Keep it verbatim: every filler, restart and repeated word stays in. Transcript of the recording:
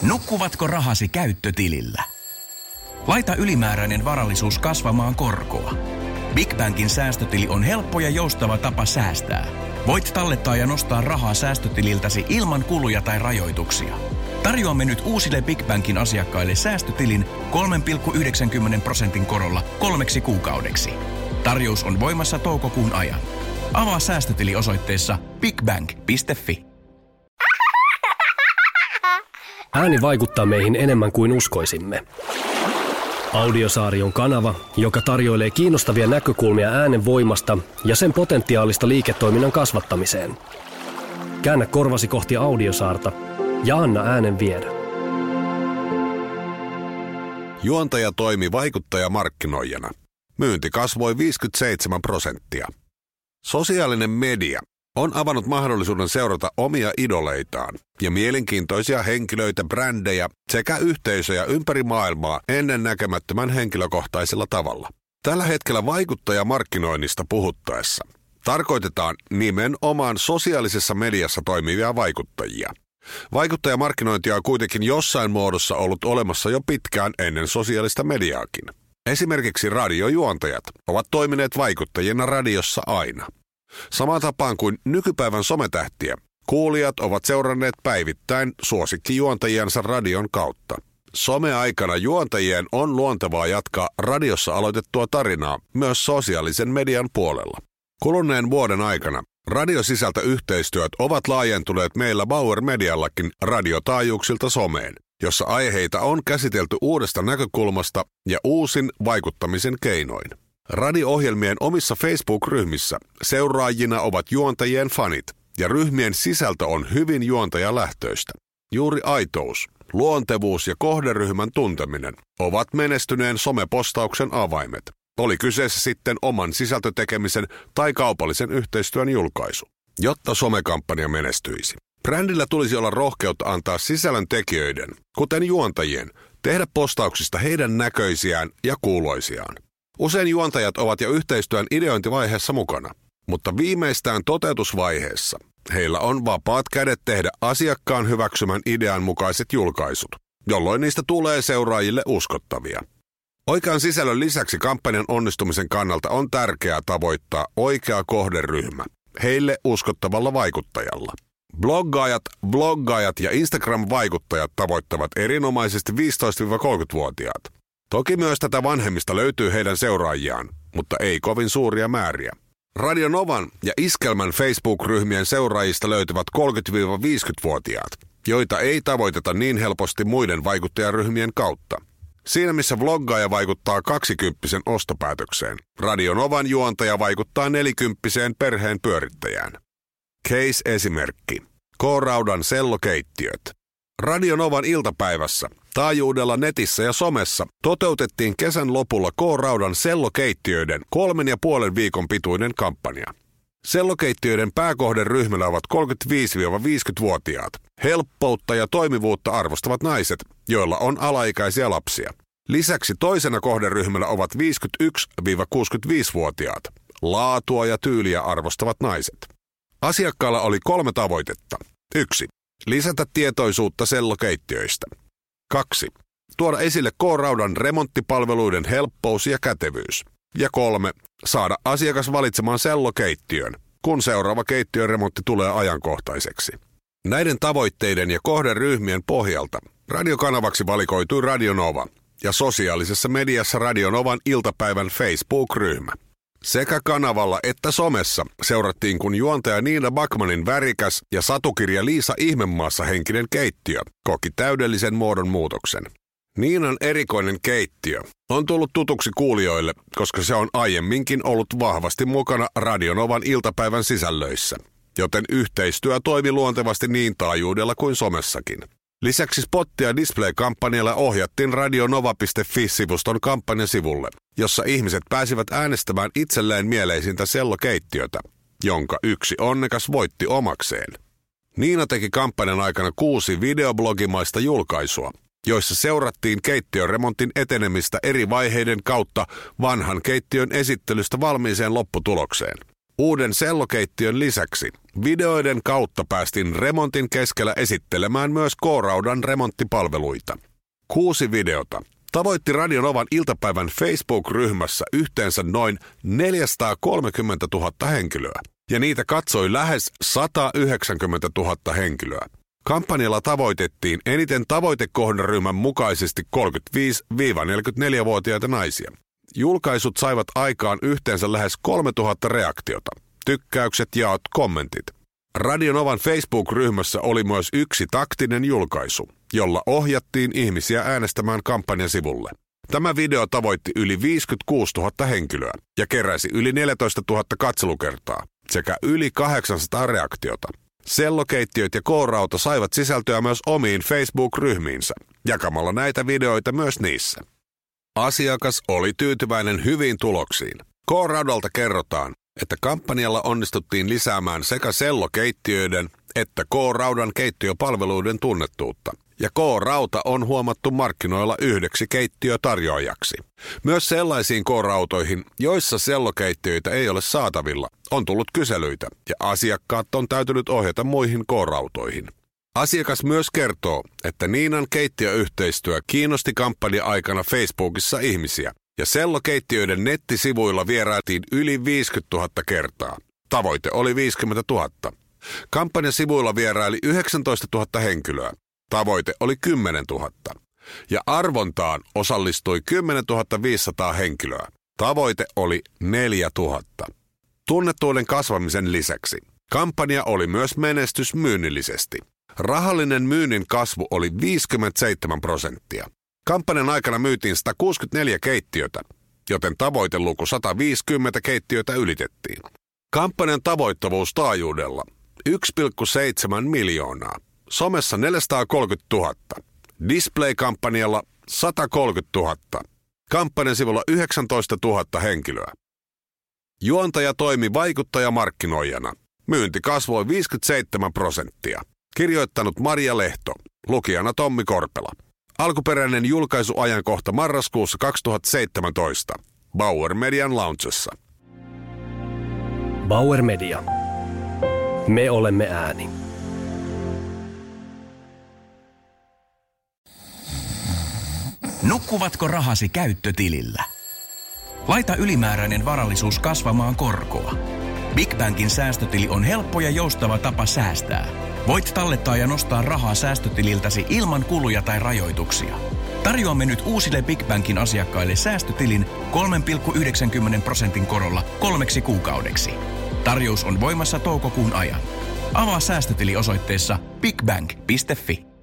Nukkuvatko rahasi käyttötilillä? Laita ylimääräinen varallisuus kasvamaan korkoa. Big Bankin säästötili on helppo ja joustava tapa säästää. Voit tallettaa ja nostaa rahaa säästötililtäsi ilman kuluja tai rajoituksia. Tarjoamme nyt uusille Big Bankin asiakkaille säästötilin kolme pilkku yhdeksänkymmentä prosentin korolla kolmeksi kuukaudeksi. Tarjous on voimassa toukokuun ajan. Avaa säästötili osoitteessa bigbank piste fi. Ääni vaikuttaa meihin enemmän kuin uskoisimme. Audiosaari on kanava, joka tarjoilee kiinnostavia näkökulmia äänen voimasta ja sen potentiaalista liiketoiminnan kasvattamiseen. Käännä korvasi kohti Audiosaarta ja anna äänen viedä. Juontaja toimi vaikuttajamarkkinoijana. Myynti kasvoi viisikymmentäseitsemän prosenttia. Sosiaalinen media on avannut mahdollisuuden seurata omia idoleitaan ja mielenkiintoisia henkilöitä, brändejä sekä yhteisöjä ympäri maailmaa ennen näkemättömän henkilökohtaisella tavalla. Tällä hetkellä vaikuttajamarkkinoinnista puhuttaessa tarkoitetaan nimenomaan sosiaalisessa mediassa toimivia vaikuttajia. Vaikuttajamarkkinointia on kuitenkin jossain muodossa ollut olemassa jo pitkään ennen sosiaalista mediaakin. Esimerkiksi radiojuontajat ovat toimineet vaikuttajina radiossa aina. Samaan tapaan kuin nykypäivän sometähtiä, kuulijat ovat seuranneet päivittäin suosikkijuontajiensa radion kautta. Someaikana juontajien on luontevaa jatkaa radiossa aloitettua tarinaa myös sosiaalisen median puolella. Kuluneen vuoden aikana radiosisältöyhteistyöt ovat laajentuneet meillä Bauer Mediallakin radiotaajuuksilta someen, jossa aiheita on käsitelty uudesta näkökulmasta ja uusin vaikuttamisen keinoin. Radio-ohjelmien omissa Facebook-ryhmissä seuraajina ovat juontajien fanit ja ryhmien sisältö on hyvin juontajalähtöistä. Juuri aitous, luontevuus ja kohderyhmän tunteminen ovat menestyneen somepostauksen avaimet. Oli kyseessä sitten oman sisältötekemisen tai kaupallisen yhteistyön julkaisu. Jotta somekampanja menestyisi, brändillä tulisi olla rohkeutta antaa sisällön tekijöiden, kuten juontajien, tehdä postauksista heidän näköisiään ja kuuloisiaan. Usein juontajat ovat jo yhteistyön ideointivaiheessa mukana, mutta viimeistään toteutusvaiheessa heillä on vapaat kädet tehdä asiakkaan hyväksymän idean mukaiset julkaisut, jolloin niistä tulee seuraajille uskottavia. Oikean sisällön lisäksi kampanjan onnistumisen kannalta on tärkeää tavoittaa oikea kohderyhmä, heille uskottavalla vaikuttajalla. Bloggaajat, vloggaajat ja Instagram-vaikuttajat tavoittavat erinomaisesti viisitoista–kolmekymmentävuotiaat. Toki myös tätä vanhemmista löytyy heidän seuraajiaan, mutta ei kovin suuria määriä. Radio Novan ja Iskelmän Facebook-ryhmien seuraajista löytyvät kolmekymmentä–viisikymmentävuotiaat, joita ei tavoiteta niin helposti muiden vaikuttajaryhmien kautta. Siinä missä vloggaaja vaikuttaa kaksikymppisen ostopäätökseen, Radio Novan juontaja vaikuttaa nelikymppiseen perheen pyörittäjään. Case-esimerkki. K-Raudan sellokeittiöt. Radio Novan iltapäivässä, taajuudella netissä ja somessa toteutettiin kesän lopulla K-Raudan sellokeittiöiden kolmen ja puolen viikon pituinen kampanja. Sellokeittiöiden pääkohderyhmänä ovat kolmekymmentäviisi–viisikymmentävuotiaat. Helppoutta ja toimivuutta arvostavat naiset, joilla on alaikäisiä lapsia. Lisäksi toisena kohderyhmänä ovat viisikymmentäyksi–kuusikymmentäviisivuotiaat. Laatua ja tyyliä arvostavat naiset. Asiakkaalla oli kolme tavoitetta. yksi. Lisätä tietoisuutta sellokeittiöistä. kaksi. Tuoda esille K-Raudan remonttipalveluiden helppous ja kätevyys. Ja kolme. Saada asiakas valitsemaan sellokeittiön, kun seuraava keittiöremontti tulee ajankohtaiseksi. Näiden tavoitteiden ja kohderyhmien pohjalta radiokanavaksi valikoitui Radio Nova ja sosiaalisessa mediassa Radio Novan iltapäivän Facebook-ryhmä. Sekä kanavalla että somessa seurattiin, kun juontaja Niina Backmanin värikäs ja satukirja Liisa Ihmemaassa henkinen keittiö koki täydellisen muodon muutoksen. Niinan erikoinen keittiö on tullut tutuksi kuulijoille, koska se on aiemminkin ollut vahvasti mukana Radio Novan iltapäivän sisällöissä, joten yhteistyö toimi luontevasti niin taajuudella kuin somessakin. Lisäksi spotti- ja display-kampanjalla ohjattiin radionova piste fi-sivuston kampanjasivulle, jossa ihmiset pääsivät äänestämään itselleen mieleisintä sellokeittiötä, jonka yksi onnekas voitti omakseen. Niina teki kampanjan aikana kuusi videoblogimaista julkaisua, joissa seurattiin keittiöremontin etenemistä eri vaiheiden kautta vanhan keittiön esittelystä valmiiseen lopputulokseen. Uuden sellokeittiön lisäksi Videoiden kautta päästiin remontin keskellä esittelemään myös K-raudan remonttipalveluita. Kuusi videota tavoitti Radio Novan iltapäivän Facebook-ryhmässä yhteensä noin neljäsataakolmekymmentätuhatta henkilöä, ja niitä katsoi lähes sata yhdeksänkymmentätuhatta henkilöä. Kampanjalla tavoitettiin eniten tavoitekohderyhmän mukaisesti kolmekymmentäviisi neljäkymmentäneljä-vuotiaita naisia. Julkaisut saivat aikaan yhteensä lähes kolmetuhatta reaktiota, tykkäykset, jaot, kommentit. Radio Novan Facebook-ryhmässä oli myös yksi taktinen julkaisu, jolla ohjattiin ihmisiä äänestämään kampanjasivulle. Tämä video tavoitti yli viisikymmentäkuusituhatta henkilöä ja keräsi yli neljätoistatuhatta katselukertaa sekä yli kahdeksansataa reaktiota. Sellokeittiöt ja K-rauta saivat sisältöä myös omiin Facebook-ryhmiinsä, jakamalla näitä videoita myös niissä. Asiakas oli tyytyväinen hyviin tuloksiin. K-raudalta kerrotaan, että kampanjalla onnistuttiin lisäämään sekä sellokeittiöiden että K-raudan keittiöpalveluiden tunnettuutta, ja K-rauta on huomattu markkinoilla yhdeksi keittiötarjoajaksi. Myös sellaisiin K-rautoihin, joissa sellokeittiöitä ei ole saatavilla, on tullut kyselyitä, ja asiakkaat on täytynyt ohjata muihin K-rautoihin. Asiakas myös kertoo, että Niinan keittiöyhteistyö kiinnosti kampanja-aikana Facebookissa ihmisiä, ja sellokeittiöiden nettisivuilla vierailtiin yli viisikymmentätuhatta kertaa. Tavoite oli viisikymmentätuhatta. Kampanjasivuilla vieraili yhdeksäntoistatuhatta henkilöä. Tavoite oli kymmenentuhatta. Ja arvontaan osallistui kymmenentuhatta viisisataa henkilöä. Tavoite oli neljätuhatta. Tunnettuuden kasvamisen lisäksi kampanja oli myös menestys myynnillisesti. Rahallinen myynnin kasvu oli viisikymmentäseitsemän prosenttia. Kampanjan aikana myytiin sata kuusikymmentäneljä keittiötä, joten tavoiteluku sata viisikymmentä keittiötä ylitettiin. Kampanjan tavoittavuus taajuudella yksi pilkku seitsemän miljoonaa. Somessa neljäsataakolmekymmentätuhatta. Display-kampanjalla sata kolmekymmentätuhatta. Kampanjan sivulla yhdeksäntoistatuhatta henkilöä. Juontaja toimi vaikuttajamarkkinoijana. Myynti kasvoi viisikymmentäseitsemän prosenttia. Kirjoittanut Maria Lehto. Lukijana Tommi Korpela. Alkuperäinen julkaisuajankohta marraskuussa kaksituhattaseitsemäntoista. Bauer Median Loungessa. Bauer Media. Me olemme ääni. Nukkuvatko rahasi käyttötilillä? Laita ylimääräinen varallisuus kasvamaan korkoa. Big Bankin säästötili on helppo ja joustava tapa säästää. Voit tallettaa ja nostaa rahaa säästötililtäsi ilman kuluja tai rajoituksia. Tarjoamme nyt uusille Big Bankin asiakkaille säästötilin kolme pilkku yhdeksänkymmentä prosentin korolla kolmeksi kuukaudeksi. Tarjous on voimassa toukokuun ajan. Avaa säästötili osoitteessa bigbank piste fi.